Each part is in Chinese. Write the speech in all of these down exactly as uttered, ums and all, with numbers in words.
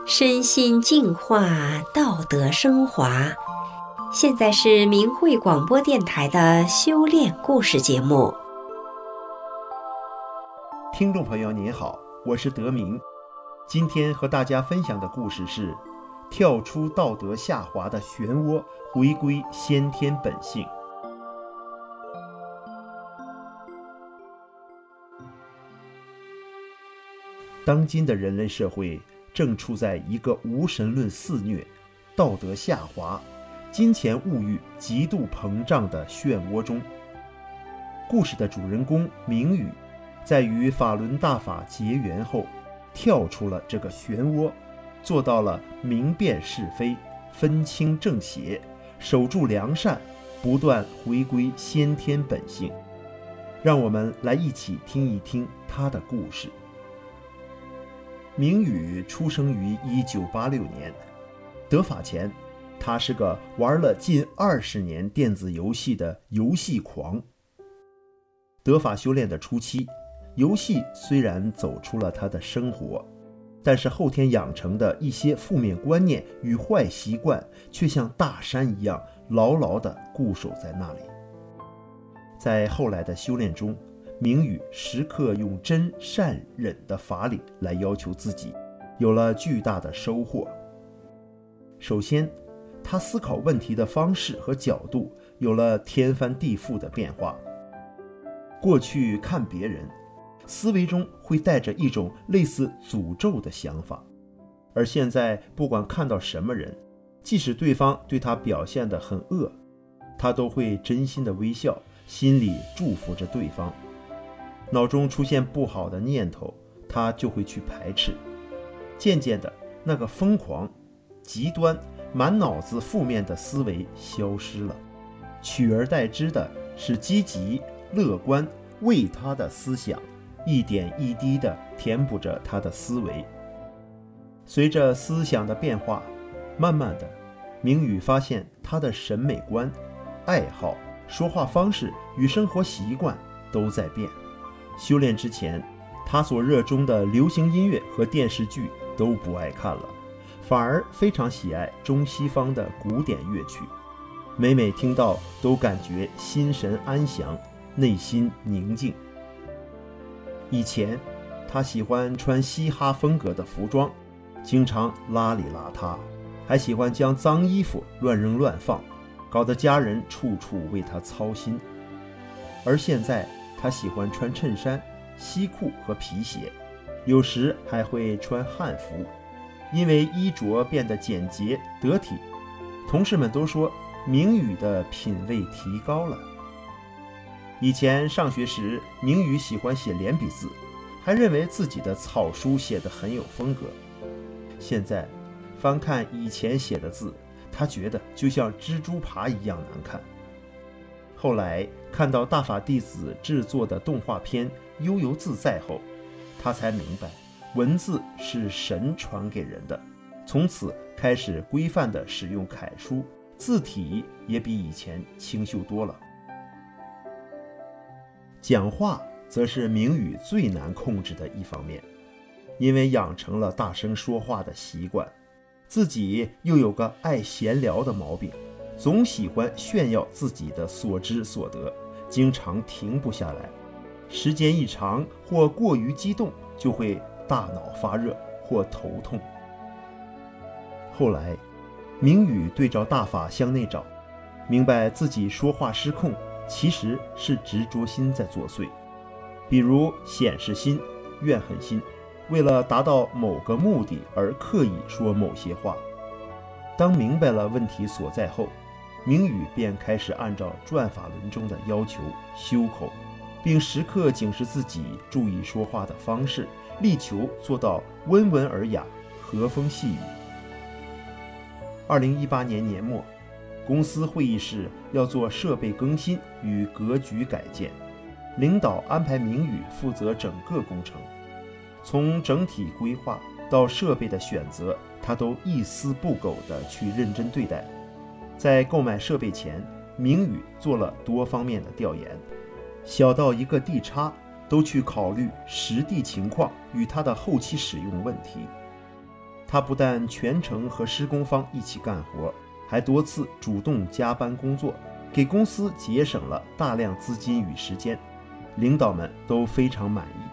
身心净化，道德升华。现在是明慧广播电台的修炼故事节目。 听众朋友您好，我是德明。今天和大家分享的故事是跳出道德下滑的漩涡，回归先天本性。当今的人类社会正处在一个无神论肆虐、道德下滑、金钱物欲极度膨胀的漩涡中。故事的主人公明宇在与法轮大法结缘后，跳出了这个漩涡，做到了明辨是非、分清正邪、守住良善，不断回归先天本性。让我们来一起听一听他的故事。明宇出生于一九八六年，得法前，他是个玩了近二十年电子游戏的游戏狂。得法修炼的初期，游戏虽然走出了他的生活，但是后天养成的一些负面观念与坏习惯，却像大山一样牢牢地固守在那里。在后来的修炼中，明宇时刻用真善忍的法理来要求自己，有了巨大的收获。首先，他思考问题的方式和角度有了天翻地覆的变化。过去看别人，思维中会带着一种类似诅咒的想法，而现在不管看到什么人，即使对方对他表现得很恶，他都会真心的微笑，心里祝福着对方。脑中出现不好的念头，他就会去排斥。渐渐的，那个疯狂、极端、满脑子负面的思维消失了，取而代之的是积极、乐观、为他的思想，一点一滴地填补着他的思维。随着思想的变化，慢慢的，明宇发现他的审美观、爱好、说话方式与生活习惯都在变。修炼之前，他所热衷的流行音乐和电视剧都不爱看了，反而非常喜爱中西方的古典乐曲，每每听到都感觉心神安详，内心宁静。以前他喜欢穿嘻哈风格的服装，经常邋里邋遢，还喜欢将脏衣服乱扔乱放，搞得家人处处为他操心。而现在他喜欢穿衬衫、西裤和皮鞋，有时还会穿汉服，因为衣着变得简洁得体。同事们都说明宇的品味提高了。以前上学时，明宇喜欢写连笔字，还认为自己的草书写得很有风格。现在翻看以前写的字，他觉得就像蜘蛛爬一样难看。后来看到大法弟子制作的动画片《悠游自在》后，他才明白文字是神传给人的，从此开始规范地使用楷书，字体也比以前清秀多了。讲话则是明宇最难控制的一方面，因为养成了大声说话的习惯，自己又有个爱闲聊的毛病，总喜欢炫耀自己的所知所得，经常停不下来。时间一长或过于激动，就会大脑发热或头痛。后来，明宇对照大法向内找，明白自己说话失控，其实是执着心在作祟。比如显示心、怨恨心，为了达到某个目的而刻意说某些话。当明白了问题所在后，明宇便开始按照转法轮中的要求修口，并时刻警示自己注意说话的方式，力求做到温文尔雅、和风细语。二零一八年年末，公司会议室要做设备更新与格局改建，领导安排明宇负责整个工程，从整体规划到设备的选择，他都一丝不苟地去认真对待。在购买设备前，明宇做了多方面的调研，小到一个地插都去考虑实地情况与它的后期使用问题。 他不但全程和施工方一起干活，还多次主动加班工作，给公司节省了大量资金与时间，领导们都非常满意。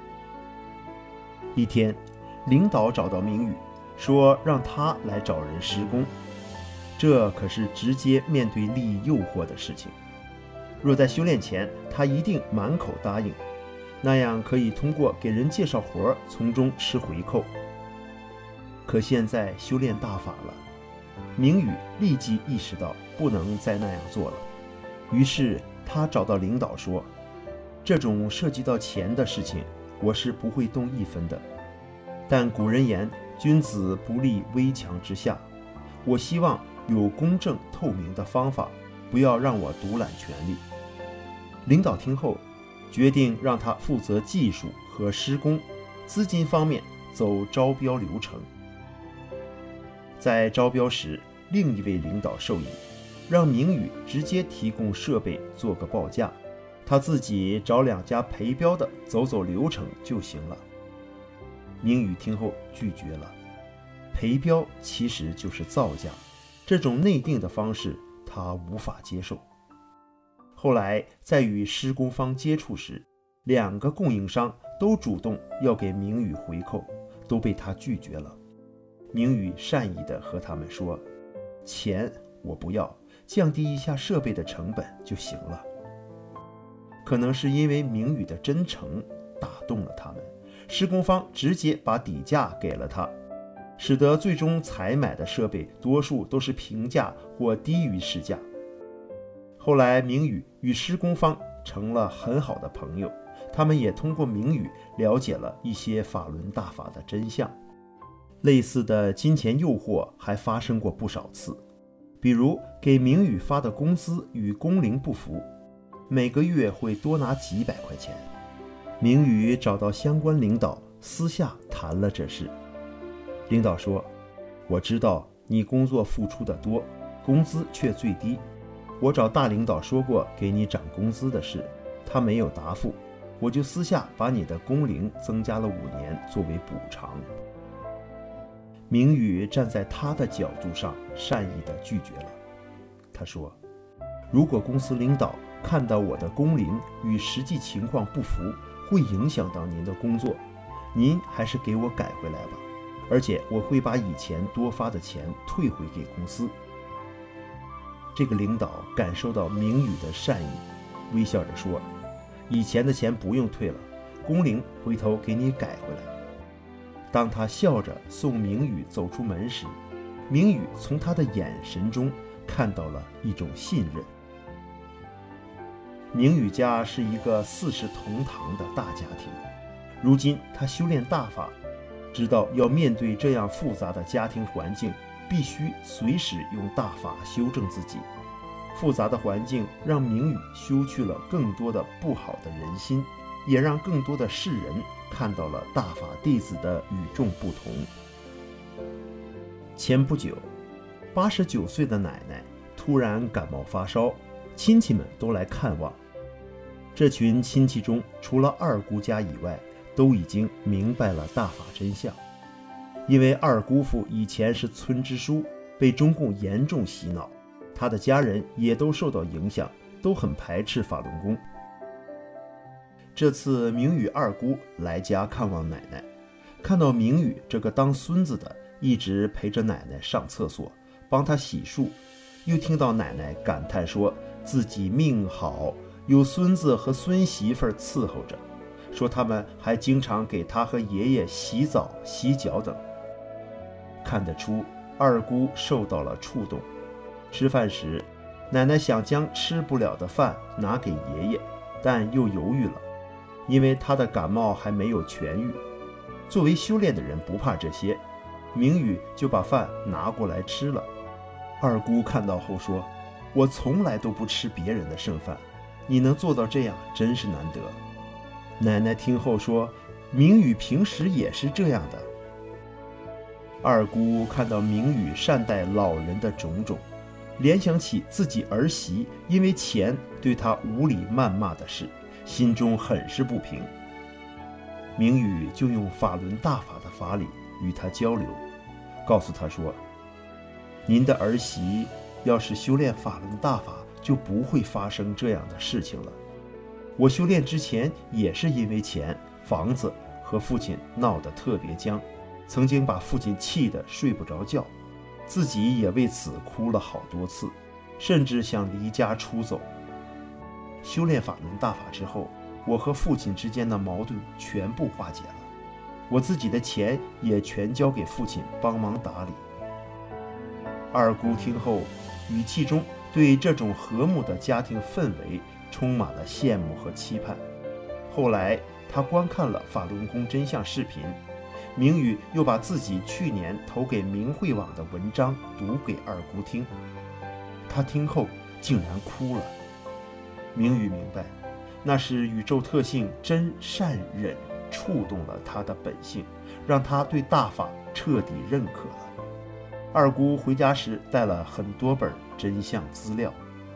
一天，领导找到明宇，说让他来找人施工，这可是直接面对利益诱惑的事情。若在修炼前，他一定满口答应，那样可以通过给人介绍活从中吃回扣。可现在修炼大法了，明宇立即意识到不能再那样做了，于是他找到领导说，这种涉及到钱的事情，我是不会动一分的，但古人言，君子不立危墙之下，我希望有公正透明的方法，不要让我独揽权力。领导听后决定让他负责技术和施工，资金方面走招标流程。在招标时，另一位领导授意让明宇直接提供设备做个报价，他自己找两家陪标的走走流程就行了。明宇听后拒绝了，陪标其实就是造价，这种内定的方式他无法接受。后来在与施工方接触时，两个供应商都主动要给明宇回扣，都被他拒绝了。明宇善意地和他们说，钱我不要，降低一下设备的成本就行了。可能是因为明宇的真诚打动了他们，施工方直接把底价给了他，使得最终采买的设备多数都是平价或低于市价。后来明宇与施工方成了很好的朋友，他们也通过明宇了解了一些法轮大法的真相。类似的金钱诱惑还发生过不少次，比如给明宇发的工资与工龄不符，每个月会多拿几百块钱。明宇找到相关领导私下谈了这事，领导说，我知道你工作付出的多，工资却最低，我找大领导说过给你涨工资的事，他没有答复，我就私下把你的工龄增加了五年作为补偿。明宇站在他的角度上善意地拒绝了，他说，如果公司领导看到我的工龄与实际情况不符，会影响到您的工作，您还是给我改回来吧，而且我会把以前多发的钱退回给公司。这个领导感受到明宇的善意，微笑着说，以前的钱不用退了，工龄回头给你改回来。当他笑着送明宇走出门时，明宇从他的眼神中看到了一种信任。明宇家是一个四世同堂的大家庭，如今他修炼大法，知道要面对这样复杂的家庭环境，必须随时用大法修正自己。复杂的环境让明宇修去了更多的不好的人心，也让更多的世人看到了大法弟子的与众不同。前不久，八十九岁的奶奶突然感冒发烧，亲戚们都来看望。这群亲戚中，除了二姑家以外，都已经明白了大法真相。因为二姑父以前是村支书，被中共严重洗脑，他的家人也都受到影响，都很排斥法轮功。这次明宇二姑来家看望奶奶，看到明宇这个当孙子的一直陪着奶奶上厕所，帮她洗漱，又听到奶奶感叹说自己命好，有孙子和孙媳妇伺候着，说他们还经常给他和爷爷洗澡洗脚等。看得出二姑受到了触动。吃饭时，奶奶想将吃不了的饭拿给爷爷，但又犹豫了，因为他的感冒还没有痊愈。作为修炼的人不怕这些，明宇就把饭拿过来吃了。二姑看到后说，我从来都不吃别人的剩饭，你能做到这样真是难得。奶奶听后说，明宇平时也是这样的。二姑看到明宇善待老人的种种，联想起自己儿媳因为钱对他无理谩骂的事，心中很是不平。明宇就用法轮大法的法理与他交流， 告诉他说，您的儿媳要是修炼法轮大法，就不会发生这样的事情了。我修炼之前也是因为钱、房子和父亲闹得特别僵，曾经把父亲气得睡不着觉，自己也为此哭了好多次，甚至想离家出走。修炼法轮大法之后，我和父亲之间的矛盾全部化解了，我自己的钱也全交给父亲帮忙打理。二姑听后，语气中对这种和睦的家庭氛围充满了羡慕和期盼。后来她观看了法轮功真相视频，明宇又把自己去年投给明慧网的文章读给二姑听，她听后竟然哭了。明宇明白，那是宇宙特性真善忍触动了他的本性，让他对大法彻底认可了。二姑回家时带了很多本真相资料。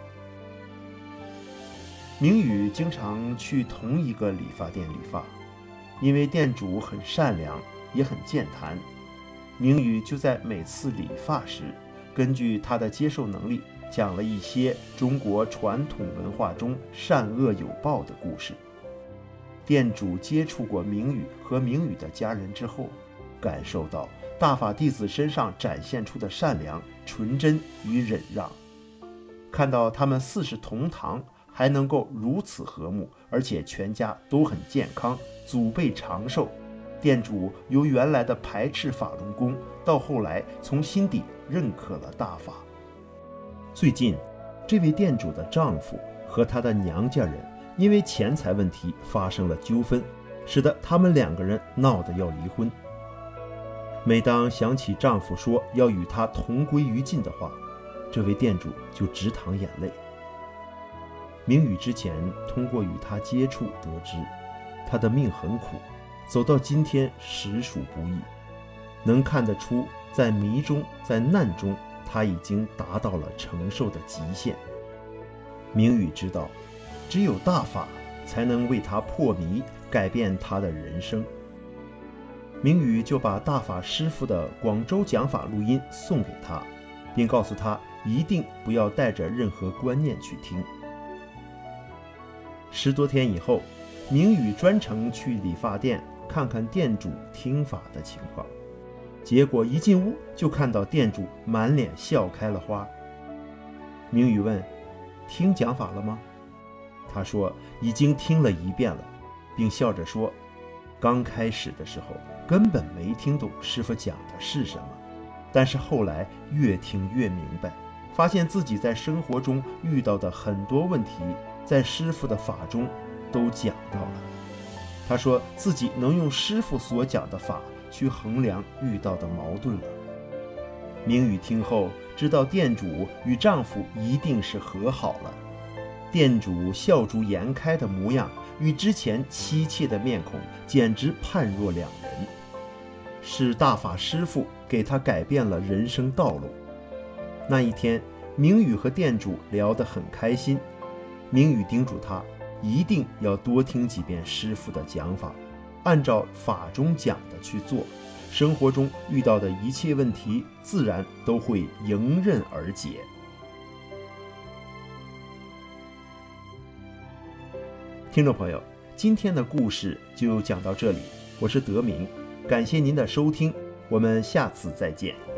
明宇经常去同一个理发店理发，因为店主很善良也很健谈，明宇就在每次理发时，根据他的接受能力讲了一些中国传统文化中善恶有报的故事。店主接触过明宇和明宇的家人之后，感受到大法弟子身上展现出的善良、纯真与忍让，看到他们四世同堂还能够如此和睦，而且全家都很健康，祖辈长寿，店主由原来的排斥法轮功，到后来从心底认可了大法。最近，这位店主的丈夫和他的娘家人因为钱财问题发生了纠纷，使得他们两个人闹得要离婚。每当想起丈夫说要与她同归于尽的话，这位店主就直淌眼泪。明宇之前通过与他接触得知，他的命很苦，走到今天实属不易，能看得出在迷中在难中他已经达到了承受的极限。明宇知道，只有大法才能为他破迷，改变他的人生。明宇就把大法师父的广州讲法录音送给他，并告诉他一定不要带着任何观念去听。十多天以后，明宇专程去理发店看看店主听法的情况，结果一进屋就看到店主满脸笑开了花。明宇问：听讲法了吗？他说已经听了一遍了，并笑着说，刚开始的时候根本没听懂师父讲的是什么，但是后来越听越明白，发现自己在生活中遇到的很多问题，在师父的法中都讲到了。他说自己能用师父所讲的法去衡量遇到的矛盾了。明宇听后知道店主与丈夫一定是和好了，店主笑逐颜开的模样与之前妻妾的面孔简直判若两人，是大法师父给他改变了人生道路。那一天，明宇和店主聊得很开心，明宇叮嘱他一定要多听几遍师父的讲法，按照法中讲的去做，生活中遇到的一切问题自然都会迎刃而解。听众朋友，今天的故事就讲到这里，我是德明，感谢您的收听，我们下次再见。